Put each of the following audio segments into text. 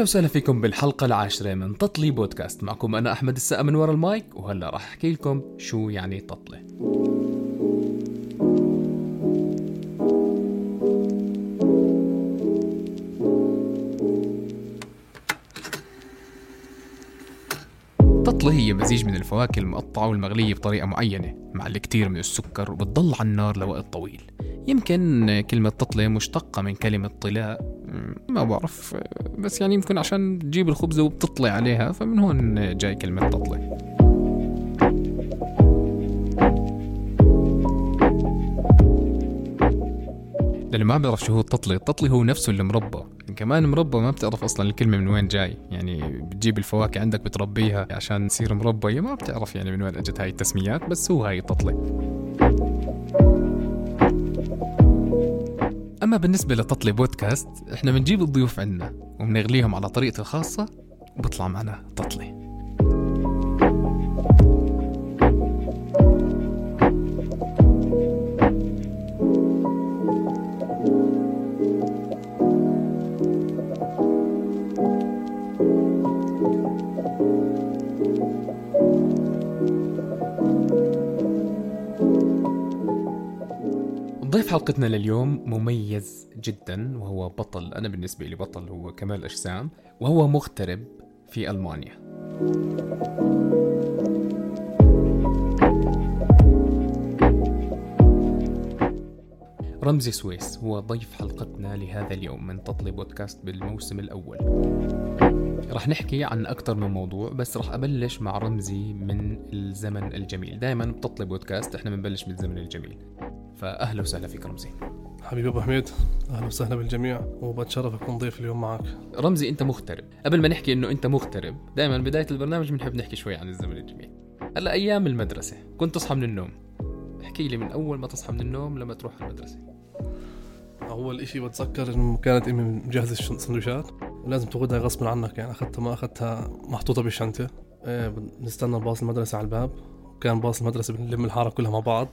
أهلا وسهلا فيكم بالحلقة العاشرة من تطلي بودكاست. معكم أنا أحمد السقا من وراء المايك، وهلأ راح أحكي لكم شو يعني تطلي. تطلي هي مزيج من الفواكه المقطعة والمغلية بطريقة معينة مع الكثير من السكر، وبتضل على النار لوقت طويل. يمكن كلمة تطلي مشتقة من كلمة طلاء، ما بعرف، بس يعني يمكن عشان تجيب الخبزة وبتطلي عليها، فمن هون جاي كلمة تطلي. لأنه ما بعرف شو هو التطلي. التطلي هو نفسه المربى، كمان مربى ما بتعرف أصلا الكلمة من وين جاي. يعني بتجيب الفواكه عندك بتربيها عشان تصير مربى، ما بتعرف يعني من وين أجت هاي التسميات، بس هو هاي التطلي. أما بالنسبة لتطلي بودكاست، إحنا بنجيب الضيوف عنا وبنغليهم على طريقتي الخاصة، وبطلع معنا تطلي. ضيف حلقتنا لليوم مميز جدا، وهو بطل. أنا بالنسبة لي بطل، هو كمال أجسام، وهو مغترب في ألمانيا. رمزي سويس هو ضيف حلقتنا لهذا اليوم من تطلي بودكاست بالموسم الأول. رح نحكي عن أكتر من موضوع، بس رح أبلش مع رمزي من الزمن الجميل. دائما بتطلي بودكاست إحنا بنبلش بالزمن الجميل، فأهلا وسهلا فيك رمزي. حبيبي أبو حميد، أهلا وسهلا بالجميع، وبتشرف أكون ضيف اليوم معك. رمزي، أنت مغترب. قبل ما نحكي إنه أنت مغترب، دائما بداية البرنامج بنحب نحكي شوي عن الزمن الجميل. هلا أيام المدرسة كنت تصحى من النوم، احكي لي من أول ما تصحى من النوم لما تروح المدرسة. أول إشي بتذكر إنه كانت أمي مجهزة السندوتشات ولازم تاخدها غصب عنك، يعني أخذتها ما أخذتها محطوطة بالشنطة. بنستنى باص المدرسة على الباب، وكان باص المدرسة بنلم الحارة كلها مع بعض.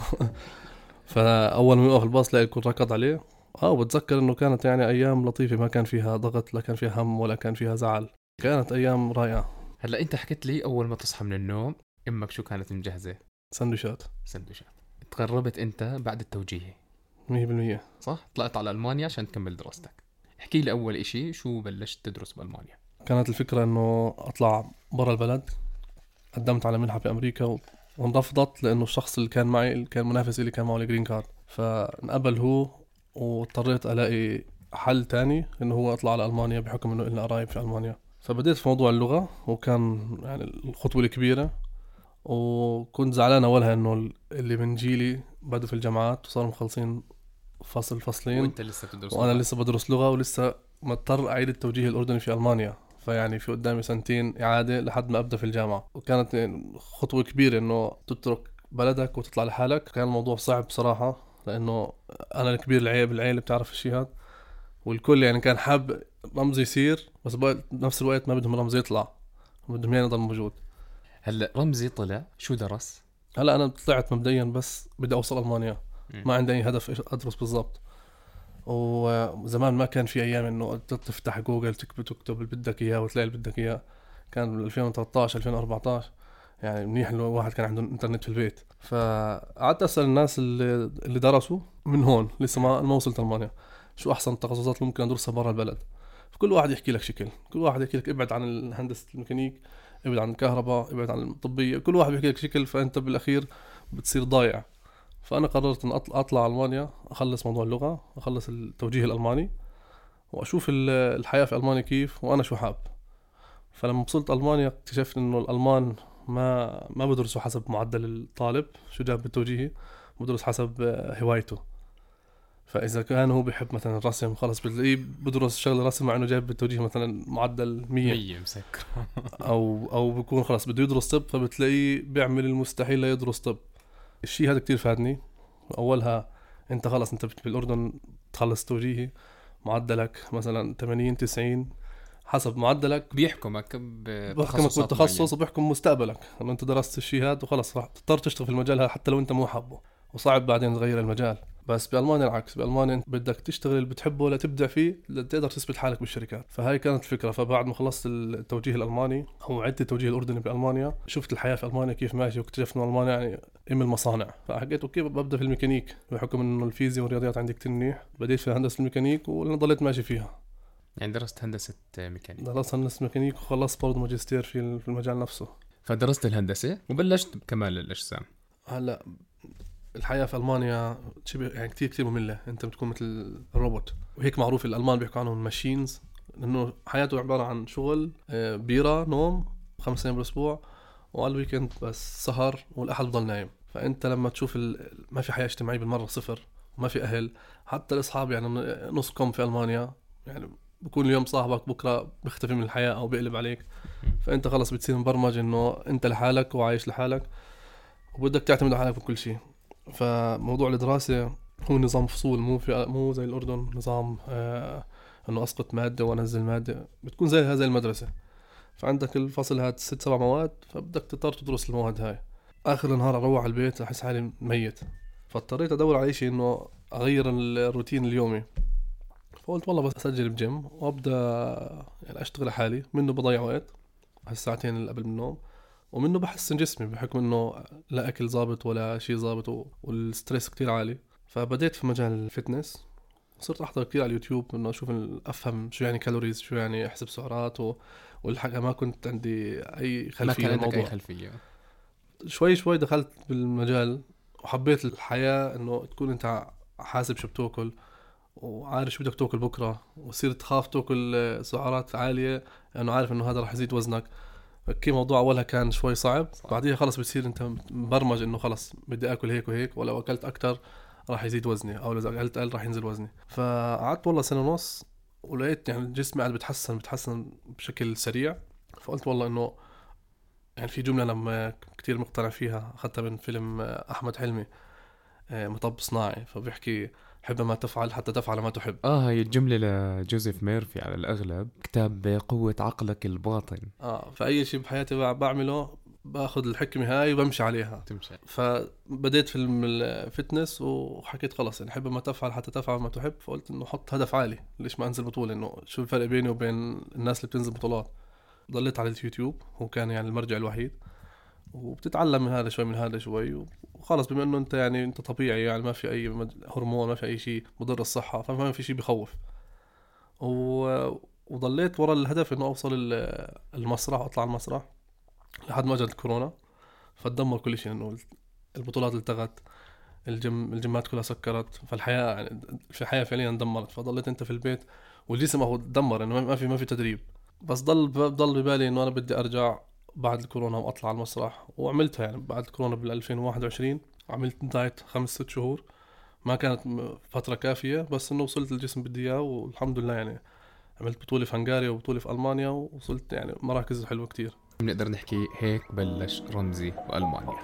فأول ما يوقف الباص لا يكون ركض عليه. وبتذكر إنه كانت يعني أيام لطيفة، ما كان فيها ضغط، لا كان فيها هم ولا كان فيها زعل، كانت أيام رائعة. هلا أنت حكيت لي أول ما تصحى من النوم أمك شو كانت مجهزة؟ سندوتشات. تقربت أنت بعد التوجيهي 100%. صح؟ طلعت على ألمانيا عشان تكمل دراستك. احكي لي أول إشي شو بلشت تدرس بألمانيا؟ كانت الفكرة إنه أطلع برا البلد. قدمت على منحة في أمريكا وانرفضت، لأنه الشخص اللي كان معي، اللي كان منافس اللي كان معه الجرين كارد، فانقبل هو، واضطريت ألاقي حل تاني إنه هو أطلع على ألمانيا، بحكم إنه إلنا قرايب في ألمانيا. فبديت في موضوع اللغة، وكان يعني الخطوة الكبيرة، وكنت زعلان أولها إنه اللي من جيلي بدوا في الجامعات وصاروا مخلصين فصلين، وأنت لسه تدرس وأنا لغة. لسه بدرس لغة، ولسه مضطر أعيد التوجيه الأردني في ألمانيا. فيعني في قدامي سنتين إعادة لحد ما أبدأ في الجامعة، وكانت يعني خطوة كبيرة إنه تترك بلدك وتطلع لحالك. كان الموضوع صعب بصراحة، لأنه أنا الكبير بالعيلة بتعرف الشيء هذا، والكل يعني كان حاب رمزي يصير، بس بنفس الوقت ما بدهم رمزي يطلع، بدهم يعني يضل موجود. هلا رمزي طلع شو درس؟ هلا أنا طلعت مبدئيا بس بدي أوصل ألمانيا، ما عندي أي هدف أدرس بالضبط. وزمان ما كان في أيام إنه تفتح جوجل تكتب اللي بدك إياه وتلاقي اللي بدك إياه. كان 2013 2014 يعني منيح إنه واحد كان عنده إنترنت في البيت. فقعدت أسأل الناس اللي درسوا من هون، لسه ما وصلت ألمانيا، شو أحسن التخصصات اللي ممكن أدرسها برا البلد. فكل واحد يحكي لك شكل، كل واحد يحكي لك ابعد عن الهندسة الميكانيك، ابعد عن الكهرباء، ابعد عن الطبية، كل واحد بيحكي لك شكل، فأنت بالأخير بتصير ضايع. فأنا قررت أن أطلع ألمانيا، أخلص موضوع اللغة، أخلص التوجيه الألماني، وأشوف الحياة في ألمانيا كيف وأنا شو حاب. فلما وصلت ألمانيا اكتشفت إنه الألمان ما بدرسوا حسب معدل الطالب شو جاب بالتوجيهي، بدرس حسب هوايته. فإذا كان هو بيحب مثلا الرسم، خلص بتلاقيه بدرس شغل رسم، مع إنه جايب بالتوجيه مثلا معدل 100 مسكر. أو بيكون خلص بده يدرس طب، فبتلاقيه بيعمل المستحيل ليدرس طب. الشيء هذا كتير فادني. أولها أنت خلص أنت بالأردن تخلص توجيهي، معدلك مثلا 80-90 حسب معدلك، بيحكمك بالتخصص وبيحكم مستقبلك انه انت درست الشيء هذا وخلص راح تضطر تشتغل في المجال هذا حتى لو انت مو حابه، وصعب بعدين تغير المجال. بس بألمانيا العكس، بألمانيا انت بدك تشتغل اللي بتحبه ولا تبدع فيه لتقدر تثبت حالك بالشركات. فهاي كانت الفكرة. فبعد ما خلصت التوجيه الألماني أو عدت التوجيه الأردني بألمانيا، شفت الحياة في ألمانيا كيف ماشي، واكتشفت إنه ألمانيا يعني المصانع. فحكيت أوكي ببدأ في الميكانيك، بحكم إنه الفيزياء والرياضيات عندي كتير منيح. بديت في هندسة الميكانيك وضليت ماشي فيها. يعني درست هندسة ميكانيك؟ درست هندسة ميكانيك وخلصت برضه ماجستير في المجال نفسه. فدرست الهندسة وبلشت بكمال الأجسام. هلا الحياة في ألمانيا شبه يعني كتير مملة. أنت بتكون مثل الروبوت، وهيك معروف الألمان بيحكوا عنهم ماشينز، لأنه حياته عبارة عن شغل، بيرة، نوم 5 أيام بالأسبوع، وعلى الويكند بس سهر، والأحد بضل نايم. فأنت لما تشوف ما في حياة اجتماعية بالمرة، صفر، وما في أهل. حتى الأصحاب يعني نصكم في ألمانيا يعني بكون اليوم صاحبك بكرة بيختفي من الحياة أو بيقلب عليك. فأنت خلص بتصير مبرمج إنه أنت لحالك وعايش لحالك، وبدك تعتمد على حالك بكل شيء. فموضوع الدراسة هو نظام فصول، مو زي الأردن نظام إنه أسقط مادة وأنزل مادة. بتكون زي المدرسة. فعندك الفصل هاد 6-7 مواد، فبدك تضطر تدرس المواد هاي. آخر النهار أروح على البيت أحس حالي ميت. فاضطريت أدور على شيء إنه أغير الروتين اليومي. فقلت والله بس أسجل بجيم وأبدأ يعني أشتغل حالي، منه بضيع وقت هالساعتين اللي قبل النوم، ومنه بحسن جسمي بحكم انه لا اكل ضابط ولا شيء ضابط والستريس كتير عالي. فبديت في مجال الفتنس، صرت احضر كتير على اليوتيوب انه اشوف افهم شو يعني كالوريز، شو يعني احسب سعرات والحقيقة ما كنت عندي اي خلفية. ما كان عندك الموضوع أي خلفية. شوي دخلت بالمجال وحبيت الحياة، انه تكون انت حاسب شو بتاكل وعارف شو بدك تاكل بكره، وتصير تخاف تاكل سعرات عالية لانه يعني عارف انه هذا رح يزيد وزنك. اوكي موضوع اولها كان شوي صعب، بعديها خلص بتصير انت مبرمج انه خلص بدي اكل هيك وهيك، ولو اكلت اكتر راح يزيد وزني، او لو اكلت اقل راح ينزل وزني. فقعدت والله 1.5 سنة، ولقيت يعني جسمي قاعد بتحسن بشكل سريع. فقلت والله انه يعني في جملة انا كتير مقتنع فيها، اخذتها من فيلم احمد حلمي، مطب صناعي، فبيحكي حب ما تفعل حتى تفعل ما تحب. هاي الجملة لجوزيف ميرفي على الأغلب، كتاب قوة عقلك الباطن. فأي شيء بحياتي بعمله باخذ الحكمة هاي وبمشي عليها تمشي. فبديت في الفتنس وحكيت خلص يعني حب ما تفعل حتى تفعل ما تحب. فقلت انه حط هدف عالي، ليش ما انزل بطولة، انه شو الفرق بيني وبين الناس اللي بتنزل بطولات. ضليت على اليوتيوب، هو كان يعني المرجع الوحيد، وبتتعلم من هذا شوي من هذا شوي، وخلص بما انه انت يعني انت طبيعي، يعني ما في اي هرمون، ما في اي شيء مضر الصحة، فما في شيء بخوف. وضليت ورا الهدف انه اوصل المسرح واطلع المسرح لحد ما اجت الكورونا، فتدمر كل شيء، انه البطولات التغت، الجيمات كلها سكرت، فالحياة يعني في الحياة فعليا اندمرت. فضليت انت في البيت والجسم هو تدمر، انه ما في تدريب. بس ضل ببالي انه انا بدي ارجع بعد الكورونا واطلع على المسرح، وعملتها يعني بعد الكورونا بال 2021. عملت دايت 5-6 شهور، ما كانت فترة كافية، بس انه وصلت الجسم بدي اياه والحمد لله. يعني عملت بطولة في هنغاريا وبطولة في ألمانيا، ووصلت يعني مراكز حلوة كتير. بنقدر نحكي هيك بلش رمزي بألمانيا.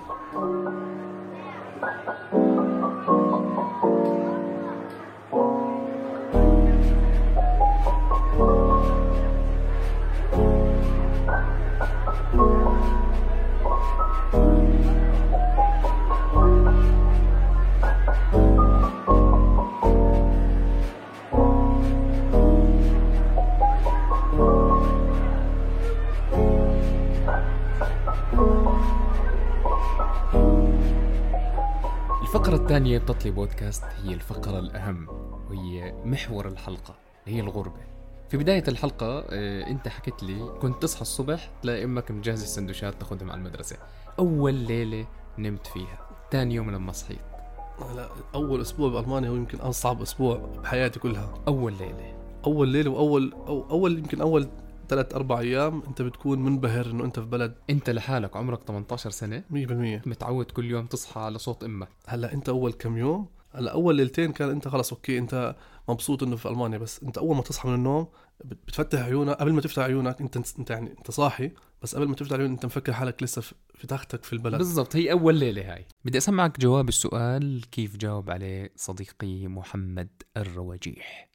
الفقرة الثانية بتطلي بودكاست هي الفقرة الأهم، وهي محور الحلقة، هي الغربة. في بداية الحلقة أنت حكيت لي كنت تصحى الصبح تلاقي أمك مجهز السندوتشات تاخدهم على المدرسة. أول ليلة نمت فيها، تاني يوم لما صحيت. لا، أول أسبوع بألمانيا هو يمكن أصعب أسبوع بحياتي كلها. أول ليلة وأول يمكن أول 3-4 أيام أنت بتكون منبهر إنه أنت في بلد، أنت لحالك عمرك 18 سنة 100% متعود كل يوم تصحى على صوت أمك. هلا أنت أول كم يوم، هلا أول ليلتين كان أنت خلاص أوكي، أنت مبسوط إنه في ألمانيا. بس أنت أول ما تصحى من النوم بتفتح عيونك، قبل ما تفتح عيونك أنت يعني أنت صاحي، بس قبل ما تفتح عيونك أنت مفكر حالك لسه في تختك في البلد. بالضبط، هي أول ليلة هاي. بدي أسمعك جواب السؤال كيف جاوب عليه صديقي محمد الرواجيح.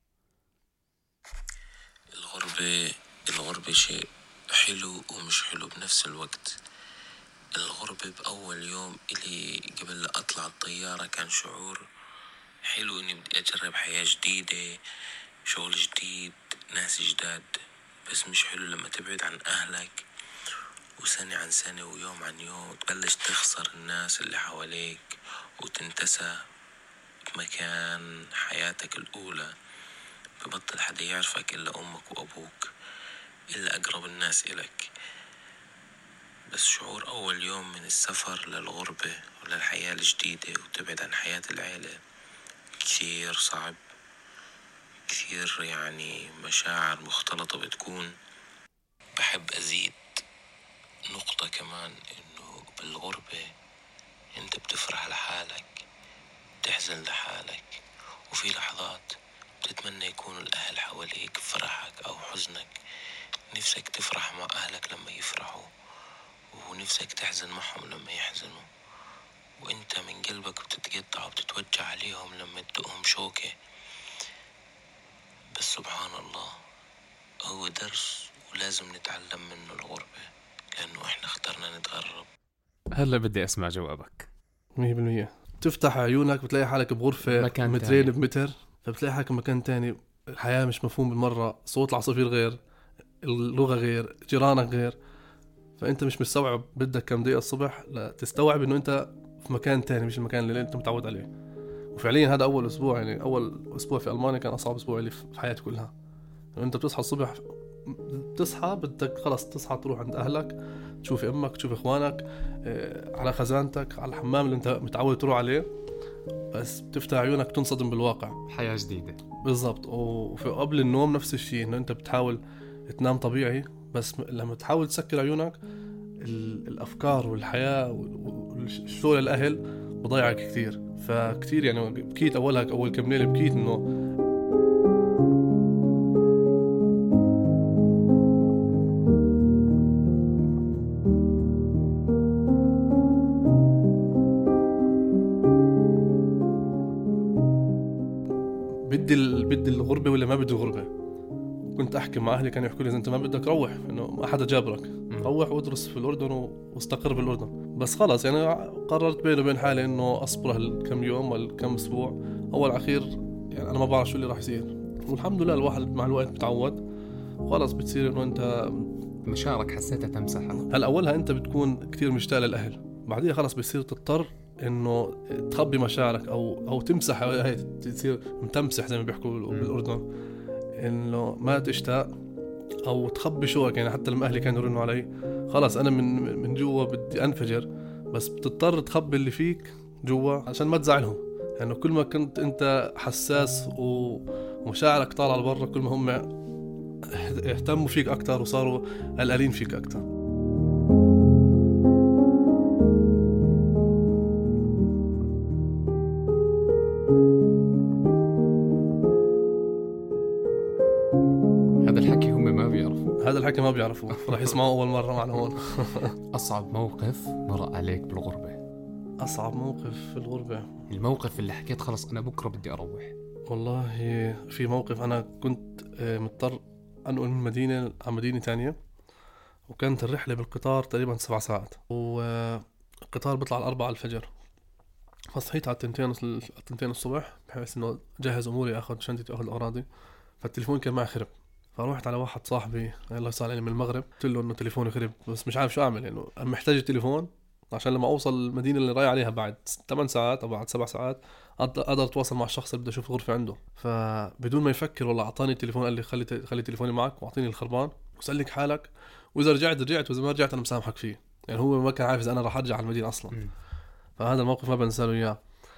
الغربة شيء حلو ومش حلو بنفس الوقت. الغربة بأول يوم إلي قبل لا أطلع الطيارة كان شعور حلو اني بدي اجرب حياة جديدة، شغل جديد، ناس جداد. بس مش حلو لما تبعد عن اهلك وسنة عن سنة ويوم عن يوم تبلش تخسر الناس اللي حواليك وتنتسى بمكان حياتك الأولى. ببطل حدا يعرفك إلا أمك وأبوك، إلا أقرب الناس إلك. بس شعور أول يوم من السفر للغربة وللحياة الجديدة وتبعد عن حياة العيلة كثير صعب، كثير يعني مشاعر مختلطة بتكون. بحب أزيد نقطة كمان، إنه بالغربة أنت بتفرح لحالك، بتحزن لحالك، وفي لحظات بتتمنى يكونوا الأهل حواليك بفرحك أو حزنك. نفسك تفرح مع أهلك لما يفرحوا، ونفسك تحزن معهم لما يحزنوا، وانت من قلبك بتتقطع وبتتوجع عليهم لما تدقهم شوكة. بس سبحان الله، هو درس ولازم نتعلم منه الغربة، لأنه احنا اخترنا نتغرب. هلا بدي اسمع جوابك. 100%. تفتح عيونك بتلاقي حالك بغرفة مكان مترين تاني. بمتر، فبتلاقي حالك بمكان تاني. الحياة مش مفهوم بالمرة، صوت العصافير غير، اللغة غير، جيرانك غير. فأنت مش مستوعب، بدك كم دقيقة الصبح لتستوعب إنه أنت في مكان تاني مش المكان اللي أنت متعود عليه. وفعليا هذا أول أسبوع، يعني أول أسبوع في ألمانيا كان أصعب أسبوع لي في حياتي كلها. يعني أنت بتصحى الصبح، بتصحى بدك خلاص تصحى تروح عند أهلك، تشوف أمك، تشوف إخوانك، على خزانتك، على الحمام اللي أنت متعود تروح عليه. بس بتفتح عيونك تنصدم بالواقع. حياة جديدة بالضبط. وفي قبل النوم نفس الشيء، إنه أنت بتحاول تنام طبيعي، بس لما تحاول تسكر عيونك الأفكار والحياة والشغل الأهل بضيعك كثير. فكتير يعني بكيت أول كم ليلة بكيت إنه بدي الغربة ولا ما بدي الغربة. كنت أحكي مع أهلي كانوا يحكوا لي إذا أنت ما بدك روح، إنه ما حدا جابرك، روح وادرس في الأردن واستقر بالأردن. بس خلاص يعني قررت بيني وبين حالي إنه أصبر هالكم يوم والكم أسبوع. أول أخير يعني أنا ما بعرف شو اللي راح يصير، والحمد لله الواحد مع الوقت بتعود وخلاص بتصير إنه أنت مشاعرك حسيتها تمسحها. هلا أولها أنت بتكون كتير مشتاق للأهل، بعديها خلاص بتصير تضطر إنه تخبي مشاعرك أو تمسح، هي تصير متمسح زي ما بيحكوا بالأردن، إنه ما تشتاق أو تخبي شوك. يعني حتى لما أهلي كانوا يرنوا علي خلاص أنا من جوا بدي أنفجر، بس بتضطر تخبي اللي فيك جوا عشان ما تزعلهم. يعني كل ما كنت أنت حساس ومشاعرك طالعة لبرا، كل ما هم اهتموا فيك أكتر وصاروا قلقانين فيك أكتر. هذا الحكي هم ما بيعرفوا، هذا الحكي ما بيعرفوه، راح يسمعوه أول مرة معنا هون. أصعب موقف مرق عليك بالغربة؟ أصعب موقف في الغربة، الموقف اللي حكيت خلص أنا بكرة بدي أروح. والله في موقف أنا كنت مضطر أنقل من مدينة عن مدينة تانية، وكانت الرحلة بالقطار تقريبا 7 ساعات، والقطار بيطلع على 4 الفجر. فصحيت على 2 الصبح بحيث إنه جهز أموري، أخذ شنطتي وأخذ أغراضي. فالتليفون كان معي خرب، فروحت على واحد صاحبي الله يسأل عليه من المغرب، قلت له إنه تليفوني خرب بس مش عارف شو أعمل، إنه محتاج التليفون عشان لما أوصل المدينة اللي رايح عليها بعد 8 ساعات أو بعد 7 ساعات أقدر أتواصل مع الشخص اللي بدي أشوف غرفة عنده. فبدون ما يفكر والله أعطاني التليفون، قال لي خلي تليفوني معك وأعطيني الخربان وسلك حالك، وإذا رجعت وإذا ما رجعت أنا مسامحك فيه. يعني هو ما كان عارف إذا أنا راح أرجع على المدينة أصلا. فهذا الموقف ما بنسى له إياه.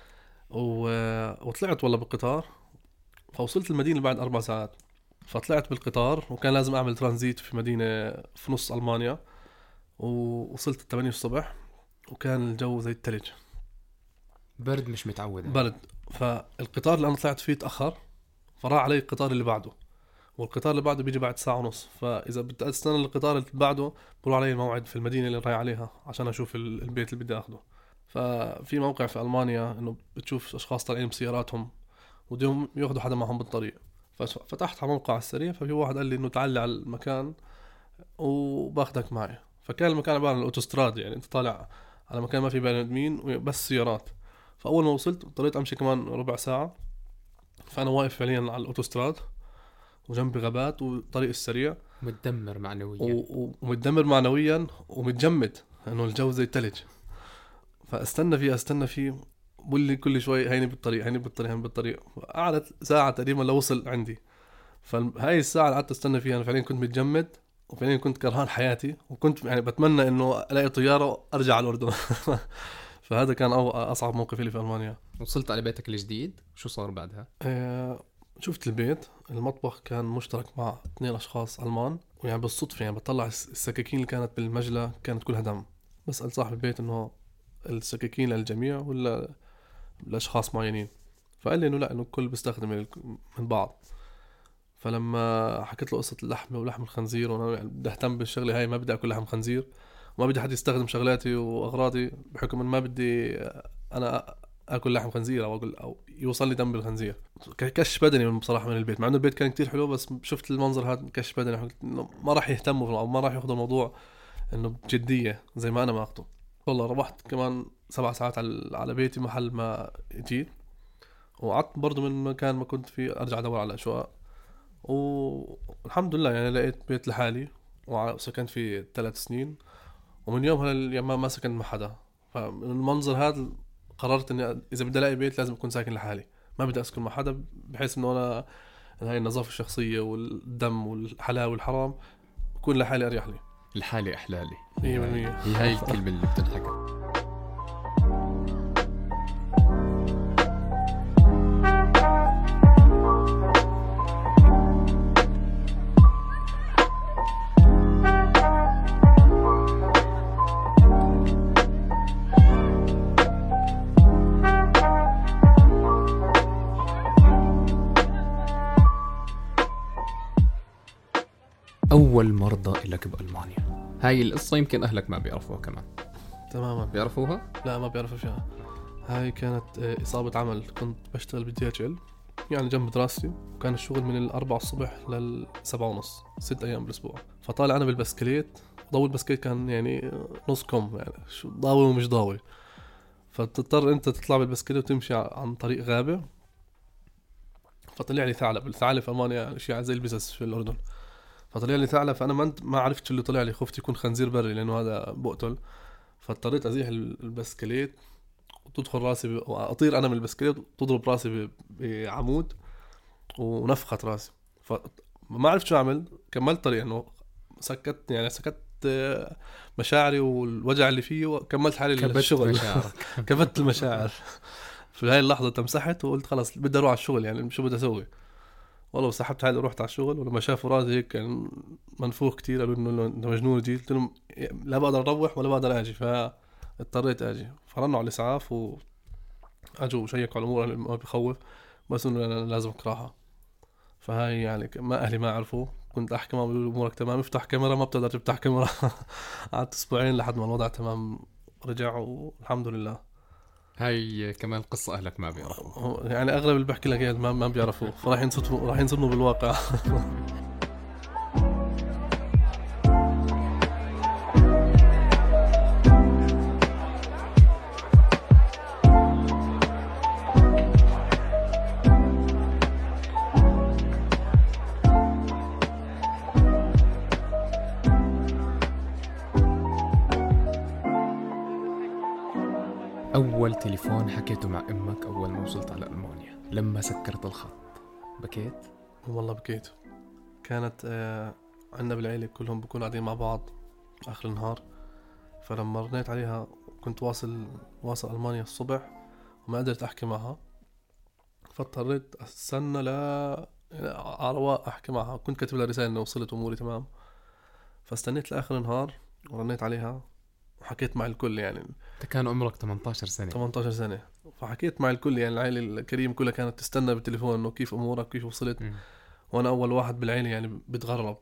وطلعت والله بالقطار، فوصلت المدينة بعد 4 ساعات. فطلعت بالقطار وكان لازم أعمل ترانزيت في مدينة في نص ألمانيا، ووصلت 8 الصبح وكان الجو زي الثلج، برد مش متعود برد. فالقطار اللي أنا طلعت فيه تأخر، فراح علي القطار اللي بعده، والقطار اللي بعده بيجي بعد 1.5 ساعة. فإذا بدي أستنى القطار اللي بعده بروح علي الموعد في المدينة اللي رايح عليها عشان أشوف البيت اللي بدي أخده. ففي موقع في ألمانيا إنه بتشوف أشخاص طالعين بسياراتهم ودهم يأخذوا حدا معهم بالطريق. ففتحت على موقع على السريع، ففي واحد قال لي إنه تعالي على المكان وباخدك معي. فكان المكان عبارة عن الأوتوستراد، يعني أنت طالع على مكان ما في بني آدمين بس سيارات، فاول ما وصلت اضطريت امشي كمان ربع ساعه. فانا واقف فعليا على الاوتوستراد وجنبي غابات والطريق السريع، متدمر معنويا. ومتدمر معنويا ومتجمد انه الجو زي الثلج. فاستنى فيه بقول لي كل شوي هيني بالطريق. قعدت ساعه تقريبا لو وصل عندي. فهاي الساعه اللي قعدت استنى فيها انا فعليا كنت متجمد، وفعليا كنت كرهان حياتي، وكنت يعني بتمنى انه الاقي طياره وارجع على الاردن. فهذا كان اصعب موقف لي في المانيا. وصلت على بيتك الجديد، شو صار بعدها؟ شفت البيت، المطبخ كان مشترك مع 2 أشخاص ألمان، ويعني بالصدفة يعني بطلع السكاكين اللي كانت بالمجلة كانت كلها دم. بسأل صاحب البيت إنه السكاكين للجميع ولا لأشخاص معينين، فقال لي إنه لا، إنه الكل بيستخدم من بعض. فلما حكيت له قصة اللحمة ولحم الخنزير، وأنا يعني بدي أهتم بالشغلة هاي، ما بدي أكل لحم خنزير وما بدي حد يستخدم شغلاتي وأغراضي بحكم إن ما بدي أنا اكل لحم خنزير او يوصل لي دم بالخنزير. كش بدني من بصراحه من البيت، مع انه البيت كان كتير حلو، بس شفت المنظر هذا كش بدني، قلت انه ما راح يهتموا او ما راح ياخذوا الموضوع انه بجديه زي ما انا ما اخذه. والله روحت كمان 7 ساعات على بيتي محل ما جيت، وقعدت برضو من مكان ما كنت فيه ارجع ادور على اشواء، والحمد لله يعني لقيت بيت لحالي وسكنت فيه 3 سنين، ومن يومها ما سكنت مع حدا. فالمنظر هذا قررت اني اذا بدي الاقي بيت لازم اكون ساكن لحالي، ما بدي اسكن مع حدا، بحيث انه انا هاي النظافه الشخصيه والدم والحلال والحرام اكون لحالي اريح لي. الحالي احلالي 100%. هي هاي الكلمه اللي بتنحكى. أول مرضى إلك بألمانيا، هاي القصة يمكن أهلك ما بيعرفوها كمان. تماما بيعرفوها؟ لا ما بيعرفوا فيها. هاي كانت إصابة عمل، كنت بشتغل بالDHL يعني جنب دراستي، وكان الشغل من 4 الصبح 7:30، 6 أيام بالأسبوع. فطالع أنا بالبسكليت، ضوء البسكليت كان يعني نص كم، يعني شو ضاوي ومش ضاوي، فتضطر أنت تطلع بالبسكليت وتمشي عن طريق غابة. فطلع لي ثعلب. الثعلب في ألمانيا شيء زي البزس في الأردن. فطلع لي ثعلب، فانا ما عرفت اللي طلع لي، خفت يكون خنزير بري لانه هذا بقتل. فاضطريت ازيح البسكليت وتدخل راسي واطير انا من البسكليت وتضرب راسي بعمود ونفخت راسي. فما عرفت شو اعمل، كملت طريق انه سكت مشاعري والوجع اللي فيه، وكملت حالي للشغل. كبت المشاعر. في هاي اللحظه تمسحت وقلت خلاص بدي اروح على الشغل، يعني شو بدي اسوي. والله سحبت حالي ورحت على الشغل، ولما شافوا راسي هيك كان منفوخ كتير، قالوا انه انت مجنون جيت. قلت لهم لا بقدر اروح ولا بقدر اجي، فاضطريت اجي. فرنوا على الاسعاف واجوا وشيكوا على الامور، ما بيخوف، بس انه انا لازم راحه. فهاي يعني ما اهلي ما عرفوا، كنت احكي معهم بيقولوا امورك تمام، افتح كاميرا، ما بتقدر تفتح كاميرا. قعدت اسبوعين لحد ما الوضع تمام رجع، والحمد لله. هاي كمان قصة أهلك ما بيعرفوا، يعني أغلب اللي بحكي لك ما بيعرفوا، فراح ينصدموا بالواقع. أول تليفون حكيته مع أمك أول ما وصلت على ألمانيا لما سكرت الخط، بكيت؟ والله بكيت. كانت عندنا بالعيلة كلهم بيكونوا قاعدين مع بعض آخر النهار، فلما رنيت عليها كنت واصل ألمانيا الصبح وما قدرت أحكي معها، فاضطريت أستنى على رواق أحكي معها. كنت كاتب لها رسالة إنه وصلت أموري تمام، فاستنيت لآخر النهار ورنيت عليها وحكيت مع الكل. يعني انت كان عمرك 18 سنة، فحكيت مع الكل، يعني العائلة الكريم كلها كانت تستنى بالتليفون انه كيف امورك، كيف وصلت. وانا اول واحد بالعائلة يعني بتغرب،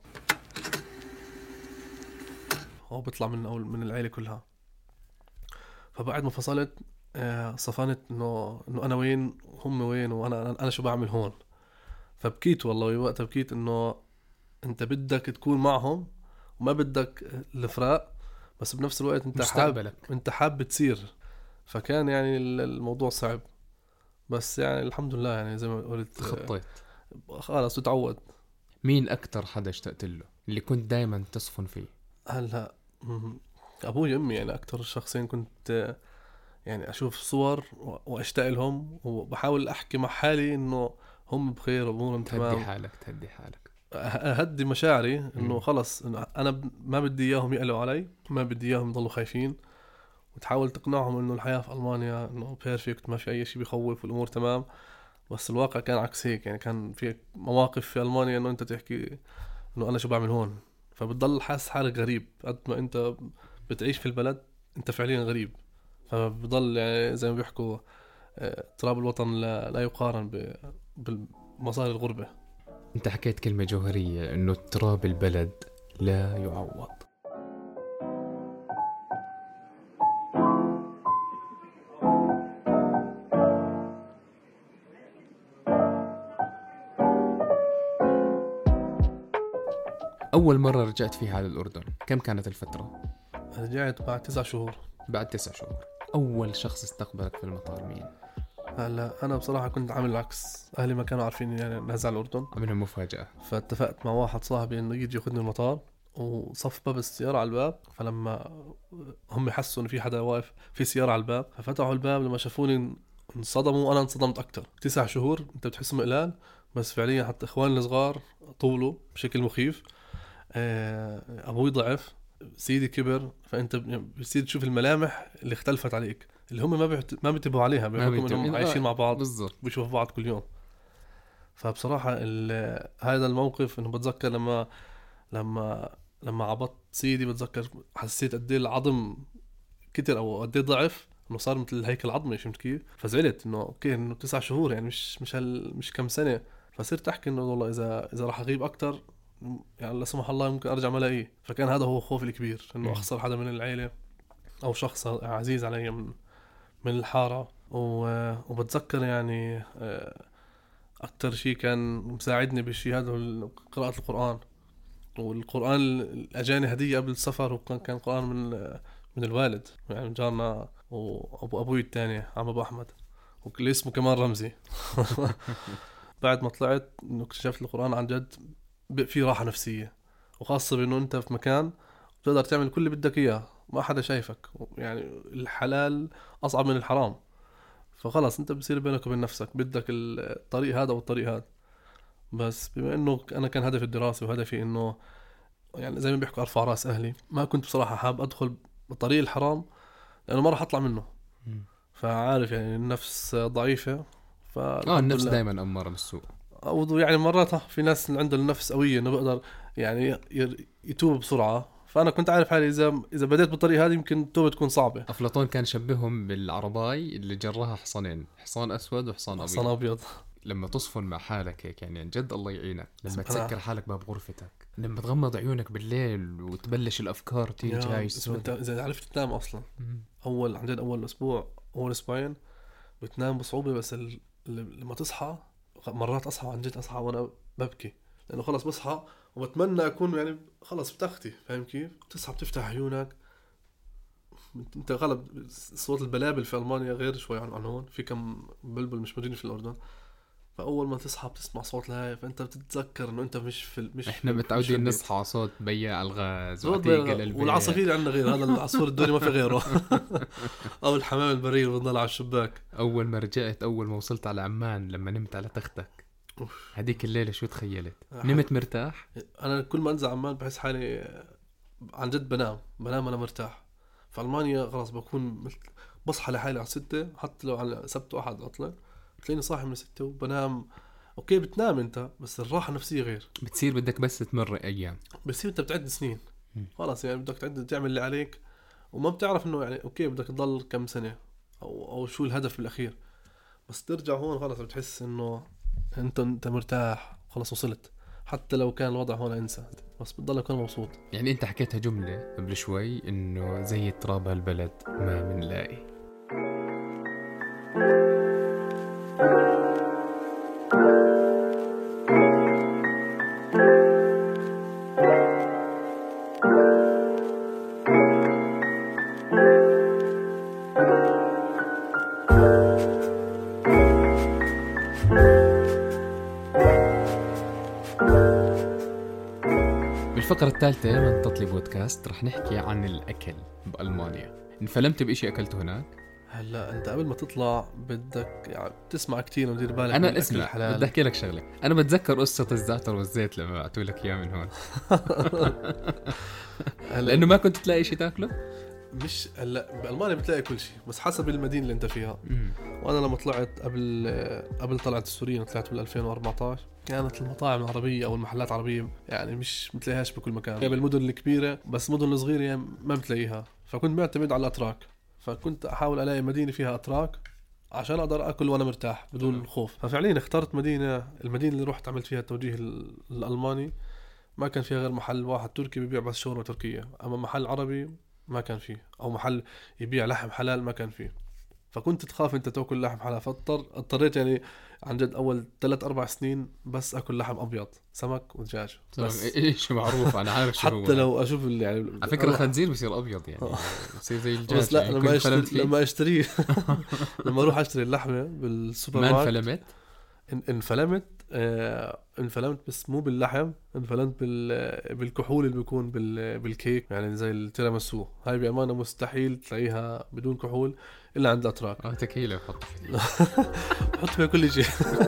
هو بيطلع من العائلة كلها. فبعد ما فصلت صفانت انه انا وين هم وين وانا شو بعمل هون. فبكيت والله وقتها، بكيت انه انت بدك تكون معهم وما بدك الفراق، بس بنفس الوقت انت حابب تصير فكان يعني الموضوع صعب، بس يعني الحمد لله يعني زي ما قلت خطيت. خلاص تتعود. مين أكتر حدا اشتقت له اللي كنت دايما تصفن فيه؟ هلا ابوي وامي يعني اكتر شخصين كنت يعني اشوف صور واشتاق لهم، وبحاول احكي مع حالي انه هم بخير وامورهم تهدي تمام. حالك تهدي حالك. اهدي مشاعري انه مم. خلص إنه انا ما بدي اياهم يقلوا علي، ما بدي اياهم يضلوا خايفين، وتحاول تقنعهم انه الحياة في المانيا انه بيرفكت، ما في اي شيء بيخوف والامور تمام. بس الواقع كان عكس هيك، يعني كان في مواقف في المانيا انه انت تحكي انه انا شو بعمل هون، فبتضل حاسس حالك غريب قد ما انت بتعيش في البلد، انت فعليا غريب. فبضل يعني زي ما بيحكوا تراب الوطن لا يقارن بمصاري الغربة. انت حكيت كلمة جوهرية انه تراب البلد لا يعوض. أول مرة رجعت فيها على الأردن كم كانت الفترة؟ رجعت بعد 9 شهور. بعد 9 شهور. أول شخص استقبلك في المطار مين؟ هلا انا بصراحه كنت عامل العكس، اهلي ما كانوا عارفين يعني نازل على الاردن، عملها مفاجأة. فاتفقت مع واحد صاحبي انه يجي ياخذني المطار، وصف باب السياره على الباب. فلما هم حسوا انه في حدا واقف في سياره على الباب، ففتحوا الباب. لما شافوني انصدموا وانا انصدمت اكثر. 9 شهور انت بتحسهم قلال، بس فعليا حتى اخواني الصغار طولوا بشكل مخيف. ابوي ضعف، سيدي كبر، فانت بتصير تشوف الملامح اللي اختلفت عليك، اللي هم ما بينتبهوا عليها بحكم انهم عايشين مع بعض بالضبط. بيشوفوا بعض كل يوم. فبصراحة هذا الموقف انه بتذكر لما عبطت سيدي، بتذكر حسيت قد ايه العظم كتر او قد ايه ضعف، انه صار مثل الهيكل العظمي. فهمت كيف؟ فزعلت انه اوكي انه 9 شهور يعني مش كم سنة. فصرت احكي انه والله اذا راح اغيب اكتر يعني لا سمح الله ممكن ارجع ما الاقيه. فكان هذا هو خوفي الكبير، انه اخسر حدا من العيلة او شخص عزيز علي من الحارة. وبتذكر يعني أكتر شيء كان مساعدني بالشيء هذا هو قراءة القرآن. والقرآن أجاني هدية قبل السفر، وكان قرآن من الوالد يعني من جارنا، وأبوي الثاني عم أبو أحمد، واللي اسمه كمان رمزي. بعد ما طلعت إنه اكتشفت القرآن عن جد في راحة نفسية، وخاصة بإنه أنت في مكان تقدر تعمل كل اللي بدك إياه، ما حدا شايفك، يعني الحلال أصعب من الحرام. فخلاص انت بصير بينك وبين نفسك بدك الطريق هذا والطريق هذا. بس بما انه انا كان هدفي الدراسي وهدفي انه يعني زي ما بيحكوا ارفع راس اهلي، ما كنت بصراحة حاب ادخل بطريق الحرام لانه ما راح اطلع منه. فعارف يعني النفس ضعيفة. النفس دائما أمارة بالسوء. او يعني مرات في ناس عنده النفس قوية انه بقدر يعني يتوب بسرعة. فانا كنت عارف حالي اذا بديت بالطريق هذا يمكن التوبة تكون صعبة. أفلاطون كان شبههم بالعرباي اللي جرها حصانين، حصان أسود وحصان أبيض. حصان ابيض. لما تصفن مع حالك هيك يعني عن جد الله يعينك، لما تسكر حالك باب غرفتك، لما تغمض عيونك بالليل وتبلش الأفكار تيجي جاي انت اذا عرفت تنام اصلا اول عن جد اول اسبوع اول اسبوعين بتنام بصعوبة، بس لما تصحى مرات اصحى عن جد اصحى وانا ببكي، لانه خلص بصحى وبتمنى اكون يعني خلص بتختي. فاهم كيف؟ تصحى بتفتح عيونك انت غلب. صوت البلابل في المانيا غير شوي عن هون، في كم بلبل مش موجودين في الاردن. فاول ما تصحى بتسمع صوت الهاي، فانت بتتذكر انه انت مش احنا متعودين نصحى على صوت بياع الغاز والعصافير عندنا غير، هذا العصفور الدوري ما في غيره. او الحمام البرية اللي بنضل على الشباك. اول ما رجعت اول ما وصلت على عمان لما نمت على تختك هذيك الليلة شو تخيلت؟ نمت مرتاح؟ انا كل ما انزل عمان بحس حالي عن جد بنام انا مرتاح. في ألمانيا خلاص بكون بصحى لحالي على 6، حتى لو على سبت واحد عطلة بتلاقيني صاحي من 6 وبنام. اوكي بتنام انت، بس الراحة النفسية غير. بتصير بدك بس تمر ايام، بتصير انت بتعد سنين خلاص، يعني بدك تعد تعمل اللي عليك، وما بتعرف انه يعني اوكي بدك تضل كم سنة او شو الهدف بالاخير. بس ترجع هون خلاص بتحس انه انت مرتاح خلاص وصلت، حتى لو كان الوضع هون انسى، بس بتضل اكون مبسوط. يعني انت حكيتها جملة قبل شوي انه زي تراب هالبلد ما منلاقي. الفقرة الثالثة من تطلي بودكاست رح نحكي عن الأكل بألمانيا. انفلمت بإشي أكلته هناك؟ هلا انت قبل ما تطلع بدك يعني تسمع كتير ودير بالك أنا من اسمع الأكل الحلال. بدي أحكي لك شغلة. أنا بتذكر قصة الزعتر والزيت لما بعتوا لك إياه من هون. لأنه ما كنت تلاقي شيء تاكله؟ مش هلا بألمانيا بتلاقي كل شيء بس حسب المدينة اللي انت فيها. وانا لما طلعت قبل طلعت السوريين طلعت بال 2014 كانت المطاعم العربية او المحلات العربية يعني مش بتلاقيهاش بكل مكان. بالمدن الكبيرة بس مدن الصغيرة يعني ما بتلاقيها. فكنت معتمد على الأتراك. فكنت احاول الاقي مدينة فيها أتراك عشان اقدر اكل وانا مرتاح بدون خوف. ففعليا اخترت المدينة اللي رحت عملت فيها التوجيه الألماني ما كان فيها غير محل واحد تركي بيبيع بس شاورما تركية. اما محل عربي ما كان فيه او محل يبيع لحم حلال ما كان فيه. فكنت تخاف انت تاكل لحم حلال اضطريت يعني عن جد اول 3-4 سنين بس اكل لحم ابيض سمك ودجاج بس. ايش معروف انا عارف شو هو. حتى لو اشوف يعني على فكرة الخنزير بصير ابيض يعني بصير زي الدجاج. بس لا يعني لما اشتريه لما اروح اشتري اللحمه بالسوبر ما ماركت انفلمت. انفلمت بس مو باللحم. انفلمت بالكحول اللي بيكون بالكيك يعني زي التيراميسو. هاي بأمانة مستحيل تلاقيها بدون كحول إلا عند الأتراك. تكيلة وحط حط فيها كل شيء.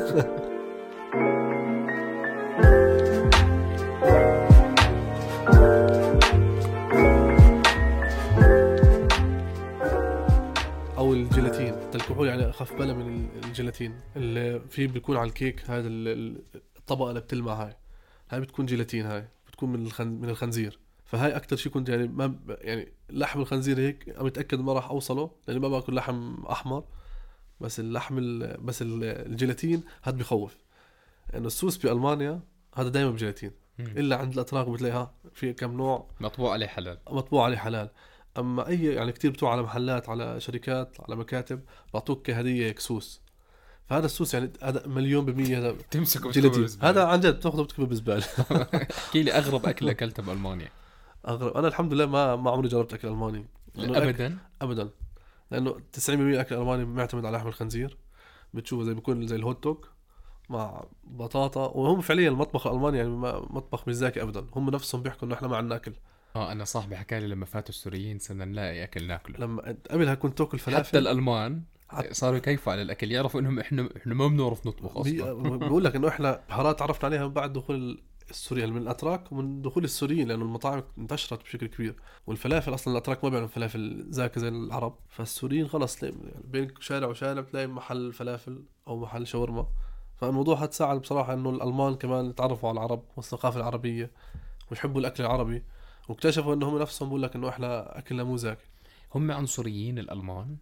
او الجيلاتين. الكحول يعني اخف بلا من الجيلاتين اللي فيه بيكون على الكيك. هذا الطبقه اللي بتلمع هاي بتكون جيلاتين. هاي بتكون من الخنزير. فهاي اكتر شيء كنت يعني ما يعني لحم الخنزير هيك متاكد ما راح اوصله لاني ما باكل لحم احمر. بس الجيلاتين هذا بخوف. انه السوس بألمانيا هذا دائما بجيلاتين الا عند الاتراك بتلاقيها في كم نوع مطبوع عليه حلال. مطبوع عليه حلال. اما اي يعني كتير بتوع على محلات على شركات على مكاتب بعطوك كهديه كسوس. فهذا السوس يعني هذا 100% هذا تمسكه جيلاتين. هذا عن جد بتاخذه بتكبه بالزباله. احكي لي اغرب اكل اكلته بألمانيا. اغرب انا الحمد لله ما عمري جربت اكل الماني ابدا لانه 90% اكل الماني معتمد على لحم الخنزير. بتشوفه زي بيكون زي الهوت دوغ مع بطاطا. وهم فعليا المطبخ الالماني يعني مطبخ مش ذكي ابدا. هم نفسهم بيحكوا انه احنا ما عندنا اكل. انا صاحبي حكى لي لما فاتوا السوريين صرنا نلاقي اكل ناكله. لما قبلها كنت تاكل فلافل. حتى الالمان صاروا يكيفوا على الاكل. يعرفوا انهم احنا ما بنعرف نطبخ اصلا. بقول لك انه احنا بهارات عرفنا عليها من بعد دخول السوريين من الاتراك ومن دخول السوريين لانه المطاعم انتشرت بشكل كبير. والفلافل اصلا الاتراك ما بيعملوا فلافل زاكي زي العرب. فالسوريين خلص يعني بين شارع وشارع بتلاقي محل فلافل او محل شاورما. فالموضوع هتساعد بصراحه انه الالمان كمان يتعرفوا على العرب والثقافه العربيه ويحبوا الاكل العربي. واكتشفوا انهم نفسهم بقول لك انه احنا اكلنا مو زاكي. هم عنصريين الالمان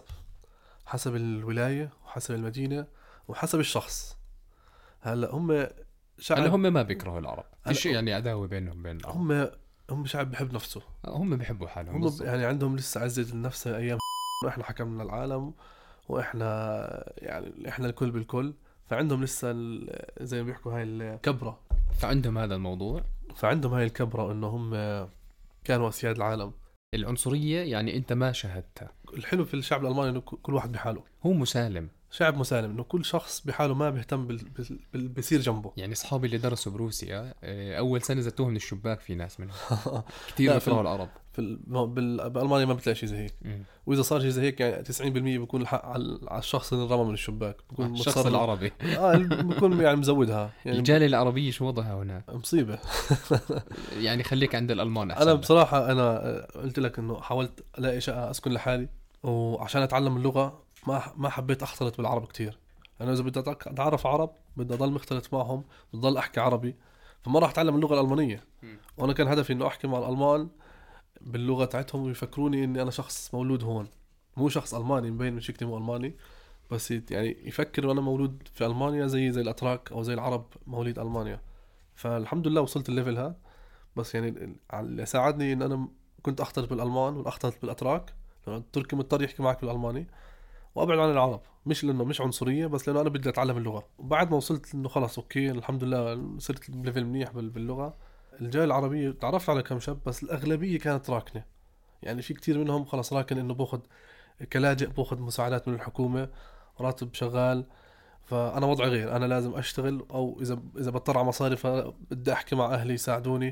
حسب الولايه وحسب المدينه وحسب الشخص. هلا هم شعب هم ما بيكرهوا العرب. فيش يعني عداوه بينهم وبين العرب. هم شعب بيحب نفسه. هم بيحبوا حالهم. هم يعني عندهم لسه عزة النفس ايام واحنا حكمنا العالم واحنا يعني احنا الكل بالكل. فعندهم لسه زي ما بيحكوا هاي الكبرة. فعندهم هذا الموضوع. فعندهم هاي الكبرة انه هم كانوا اسياد العالم. العنصرية يعني انت ما شاهدتها. الحلو في الشعب الالماني انه كل واحد بحاله. هو مسالم. شعب مسالم انه كل شخص بحاله ما بيهتم بيصير جنبه. يعني اصحابي اللي درسوا بروسيا اول سنة زتوهم من الشباك في ناس منهم كتير يكرهوا العرب. بألمانيا ما بتلاقي شيء زي هيك. واذا صار شيء زي هيك يعني 90% بيكون الحق على الشخص اللي رمى من الشباك. بيكون الشخص العربي. بيكون يعني مزودها. يعني الجالية العربية شو وضعها هنا؟ مصيبة. يعني خليك عند الألمان أحسن. انا بصراحة انا قلت لك انه حاولت الاقي شقة اسكن لحالي وعشان اتعلم اللغة ما حبيت اختلط بالعرب كتير. انا اذا بدي اتعرف عرب بدي اضل مختلط معهم بدي اضل احكي عربي. فما راح اتعلم اللغة الألمانية. وانا كان هدفي انه احكي مع الألمان باللغة تاعتهم ويفكروني اني انا شخص مولود هون مو شخص ألماني مبين من شكلي مو ألماني. بس يعني يفكر وانا مولود في ألمانيا زي الأتراك او زي العرب موليد ألمانيا. فالحمد لله وصلت الليفل هذا. بس يعني اللي ساعدني ان انا كنت اختلط بالألمان واختلط بالأتراك. لأنه التركي مضطر يحكي معك بالألماني وابعد عن العرب. مش لانه مش عنصريه بس لانه انا بدي اتعلم اللغه. وبعد ما وصلت انه خلاص اوكي الحمد لله صرت ليفل منيح باللغه. الجاليه العربيه تعرفت على كم شاب بس الاغلبيه كانت راكنه. يعني في كتير منهم خلاص راكن انه باخذ كلاجئ باخذ مساعدات من الحكومه راتب شغال. فانا وضعي غير. انا لازم اشتغل او اذا بضطر على مصاري فبدي احكي مع اهلي يساعدوني.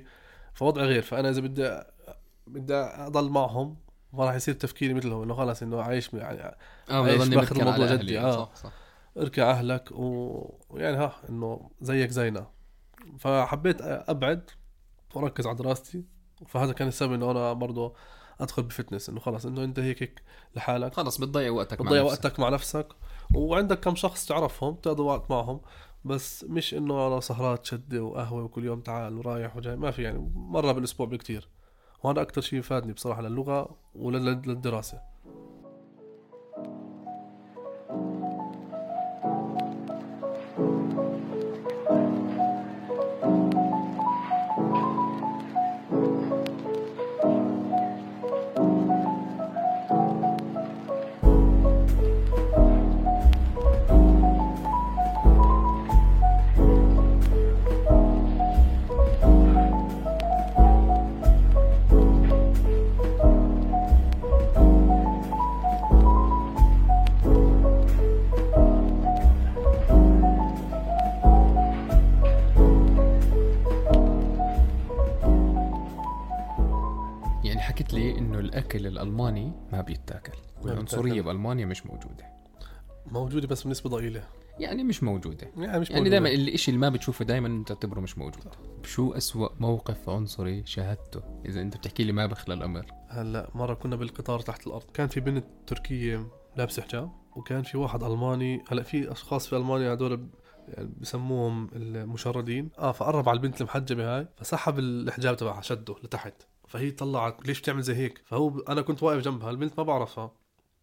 فوضع غير. فانا اذا بدي اضل معهم ما راح يصير تفكيري مثلهم انه خلاص انه عايش يعني عايش باخذ الموضوع جدي. صح. اركع اهلك ويعني ها انه زيك زينا. فحبيت ابعد وركز على دراستي. فهذا كان السبب انه انا برضو ادخل بفتنس، انه خلاص انه انت هيك لحالك، خلاص بتضيع وقتك مع نفسك وعندك كم شخص تعرفهم تقضي وقت معهم، بس مش انه على سهرات شدة وقهوة وكل يوم تعال ورايح وجاي، ما في. يعني مرة بالاسبوع بكتير. وهذا اكتر شيء فادني بصراحة للغة وللدراسة. حكيت لي انه الاكل الالماني ما بيتاكل، والعنصريه بالمانيا مش موجوده بس بنسبه ضئيله، يعني مش موجوده. يعني دائما الاشي اللي ما بتشوفه دائما تعتبره مش موجود. شو أسوأ موقف عنصري شاهدته اذا انت بتحكي لي ما بخلى الامر؟ هلا مره كنا بالقطار تحت الارض، كان في بنت تركيه لابسه حجاب، وكان في واحد الماني. هلا في اشخاص في المانيا هذول يعني بسموهم المشردين. فقرب على البنت المحجبه هاي، فسحب الحجاب تبعها شده لتحت، فهي طلعت ليش بتعمل زي هيك. انا كنت واقف جنبها، البنت ما بعرفها،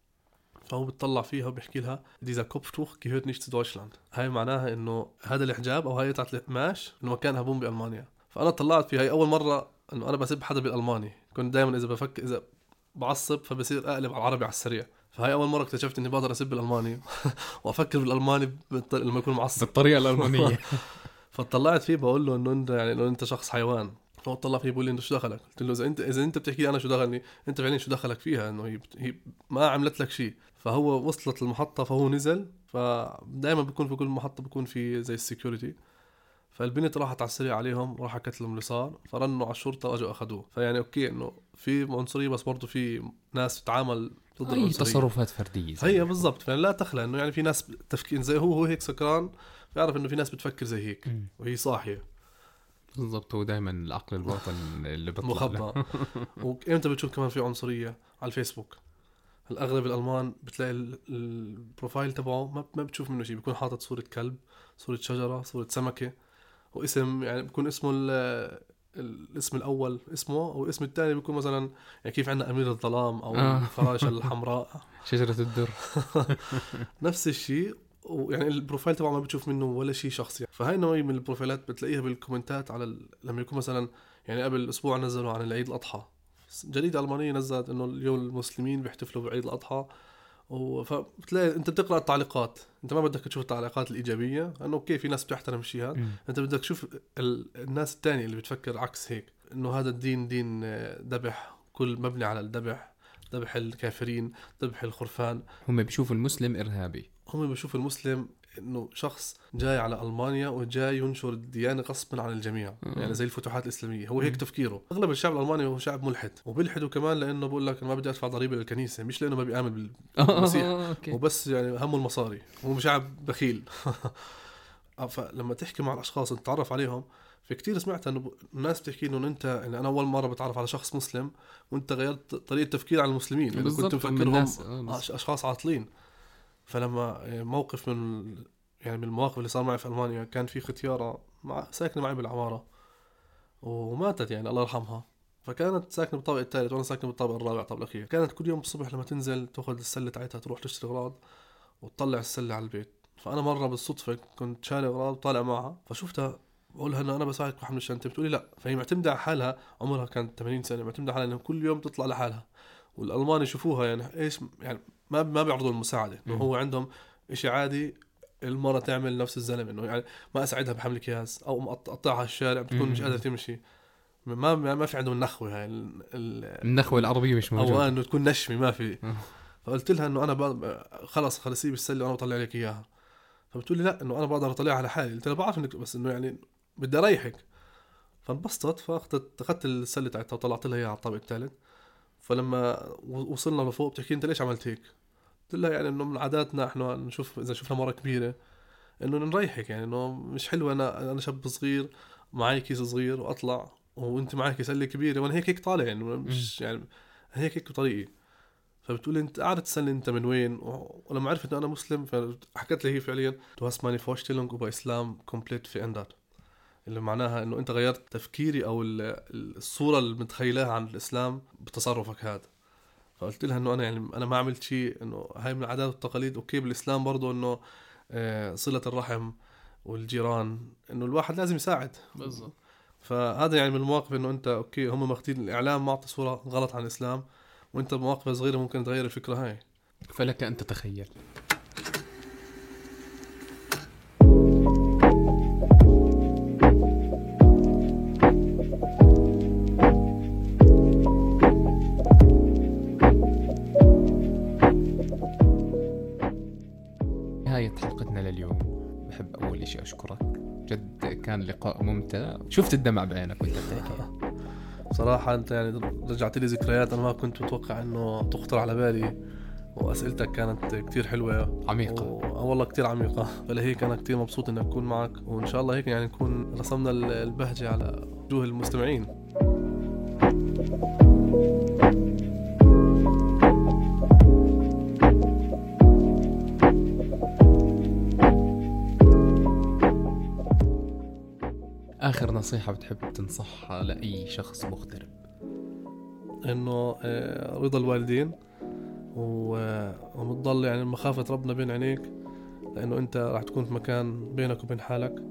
فهو بتطلع فيها وبيحكي لها dieser Kopftuch gehört nicht zu Deutschland. هاي معناها انه هذا الحجاب او هاي قطعه القماش انه مكانها بوم بالمانيا. فانا طلعت فيها. هي اول مره انه انا بسب حدا بالالماني. كنت دائما اذا بعصب فبصير اقلب على العربي على السريع. فهاي اول مره اكتشفت اني بقدر اسب بالالماني وافكر بالالماني لما يكون معصب بالطريقه الالمانيه. فطلعت فيه بقول له انه انت يعني انه انت شخص حيوان. فهو طلع فيه بيقول لي انت شو دخلك؟ قلت له اذا انت بتحكي انا شو دخلني، انت فعليا شو دخلك فيها؟ انه هي ما عملت لك شيء. فهو وصلت المحطه فهو نزل. فدائما بيكون في كل محطه بيكون في زي السكيورتي. فالبنت راحت على السريع عليهم وراح حكت لهم اللي صار، فرنوا على الشرطه واجوا اخذوه. فيعني اوكي انه في عنصريه، بس برضه في ناس تتعامل ضد العنصريه، تصرفات فرديه هي بالضبط. يعني لا تخلى انه يعني في ناس تفكير زي هو هيك سكران، بيعرف انه في ناس بتفكر زي هيك وهي صاحيه. بالضبط. هو دائما العقل الباطن اللي بيطلع مخبى. وامتى بتشوف كمان في عنصريه على الفيسبوك؟ الاغلب الالمان بتلاقي البروفايل تبعه ما بتشوف منه شيء، بيكون حاطط صوره كلب، صوره شجره، صوره سمكه، واسم يعني بيكون اسمه الاسم الاول اسمه، والاسم الثاني بيكون مثلا يعني كيف عندنا امير الظلام او الفراشه الحمراء، شجره الدر. نفس الشيء. ويعني البروفايل تبعه ما بتشوف منه ولا شيء شخصي. فهاي نوعية من البروفايلات بتلاقيها بالكومنتات على لما يكون مثلا يعني قبل اسبوع نزلوا عن العيد الاضحى، جريدة ألمانية نزلت انه اليوم المسلمين بيحتفلوا بعيد الاضحى. فبتلاقي انت بتقرا التعليقات، انت ما بدك تشوف التعليقات الايجابيه انه اوكي في ناس بتحترم الشيء هذا، انت بدك تشوف الناس الثانيه اللي بتفكر عكس هيك، انه هذا الدين دين ذبح، كل مبني على الذبح، ذبح الكافرين، ذبح الخرفان. هم بيشوفوا المسلم ارهابي، هم بيشوفوا المسلم انه شخص جاي على المانيا وجاي ينشر الديانه غصبا عن الجميع. يعني زي الفتوحات الاسلاميه، هو هيك تفكيره. اغلب الشعب الالماني هو شعب ملحد، وبيلحدوا كمان لانه بقول لك ما بدي ادفع ضريبه للكنيسه، مش لانه ما بيامن بالمسيح وبس، يعني همه المصاري، هو شعب بخيل. فلما تحكي مع الاشخاص انت تعرف عليهم، في كتير سمعت انه الناس بتحكي انه انت يعني انا اول مره بتعرف على شخص مسلم وانت غيرت طريقه تفكير عن المسلمين، يعني كنت مفكرهم اشخاص عاطلين. فلما موقف من يعني من المواقف اللي صار معي في ألمانيا، كان في ختيارة ساكنة معي بالعمارة وماتت يعني الله يرحمها. فكانت ساكنة بالطابق الثالث وانا ساكنة بالطابق الرابع، الطابق الأخير. كانت كل يوم الصبح لما تنزل تأخذ السلة تاعتها تروح تشتري أغراض وتطلع السلة على البيت. فأنا مرة بالصدفة كنت شاري أغراض وطالع معها، فشفتها بقولها إنه أنا بساعدك بحمل الشنطة، بتقولي لا. فهي معتمدة على حالها، عمرها كانت 80 سنة، معتمدة على إنه كل يوم تطلع لحالها. والألمان يشوفوها يعني إيش يعني ما بيعرضوا المساعدة، إنه هو عندهم إشي عادي المرة تعمل نفس الزلمة، إنه يعني ما أساعدها بحمل أكياس أو مقطعها الشارع بتكون مش قادرة تمشي. ما في عندهم النخوة هاي النخوة العربية مش موجودة، أو إنه تكون نشمي ما في. فقلت لها إنه أنا خلص خلصي بالسلة وأنا بطلع لك إياها. فبتقولي لا إنه أنا بقدر أطلعها على حالي. قلت لها بعرف إنك بس إنه يعني بدي أريحك. فانبسطت، فاخذت السله تاعتها وطلعت لها اياها على الطابق الثالث. فلما وصلنا لفوق بتحكي انت ليش عملت هيك؟ قلت لها يعني انه من عاداتنا احنا نشوف اذا شفنا مره كبيره انه نريحك، يعني انه مش حلو انا شاب صغير معي كيس صغير واطلع وانت معك سله كبيره وانا هيك طالع، يعني مش يعني هيك بطريقي. فبتقول انت قاعد تسالني انت من وين، ولما عرفت انه انا مسلم فحكت لي هي فعليا du hast meine Vorstellung über Islam komplett verändert، اللي معناها انه انت غيرت تفكيري او الصوره اللي متخيلها عن الاسلام بتصرفك هذا. فقلت لها انه انا يعني انا ما عملت شيء، انه هاي من العادات والتقاليد. اوكي بالاسلام برضو انه صله الرحم والجيران انه الواحد لازم يساعد بالضبط. فهذا يعني من المواقف انه انت اوكي هم ماخذين الاعلام معطي صوره غلط عن الاسلام، وانت بمواقف صغيره ممكن تغير الفكره هاي. فلك ان تتخيل. نهاية حلقتنا لليوم. بحب أول إشي أشكرك، جد كان لقاء ممتع. شفت الدمع بعينك وانت بتحكي. صراحة أنت يعني رجعت لي ذكريات أنا ما كنت متوقع إنه تخطر على بالي، وأسئلتك كانت كتير حلوة عميقة. والله كتير عميقة، فلهيك أنا كتير مبسوط إني أكون معك، وإن شاء الله هيك يعني نكون رسمنا البهجة على وجوه المستمعين. آخر نصيحة بتحب تنصحها لأي شخص مغترب؟ إنه رضا الوالدين ومتضل يعني مخافة ربنا بين عينيك، لأنه أنت راح تكون في مكان بينك وبين حالك،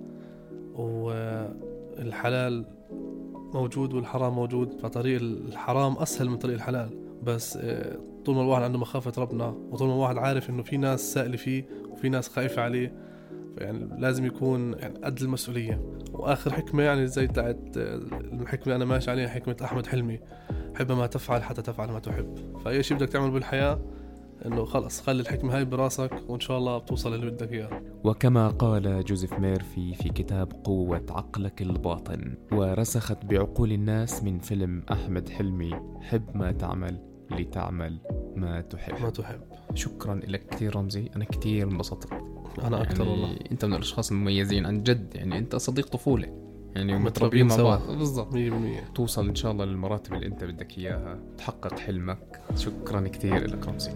والحلال موجود والحرام موجود، فطريق الحرام أسهل من طريق الحلال. بس طول ما الواحد عنده مخافة ربنا، وطول ما الواحد عارف إنه في ناس سائلة فيه وفي ناس خايفة عليه، يعني لازم يكون يعني قد المسؤولية. وآخر حكمة يعني زي بتاعت الحكمة أنا ماشي عليها، حكمة أحمد حلمي، حب ما تفعل حتى تفعل ما تحب. فأي شيء بدك تعمل بالحياة إنه خلص خلي الحكمة هاي براسك، وإن شاء الله بتوصل اللي بدك إياه. وكما قال جوزيف ميرفي في كتاب قوة عقلك الباطن، ورسخت بعقول الناس من فيلم أحمد حلمي، حب ما تعمل لتعمل ما تحب. شكرا لك كثير رمزي، أنا كثير انبسطت. أنا أكثر يعني والله. أنت من الأشخاص المميزين عن جد، يعني أنت صديق طفولة يعني ومتربيين مع بعض بالضبط 100%. توصل إن شاء الله للمراتب اللي أنت بدك إياها، تحقق حلمك. شكرا كثير لك رمزي.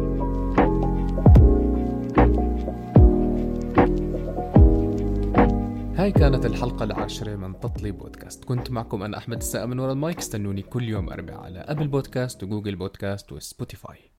هاي كانت الحلقة 10 من تطلي بودكاست. كنت معكم أنا أحمد السقا من وراء المايك. استنوني كل يوم 4 على أبل بودكاست وجوجل بودكاست وسبوتيفاي.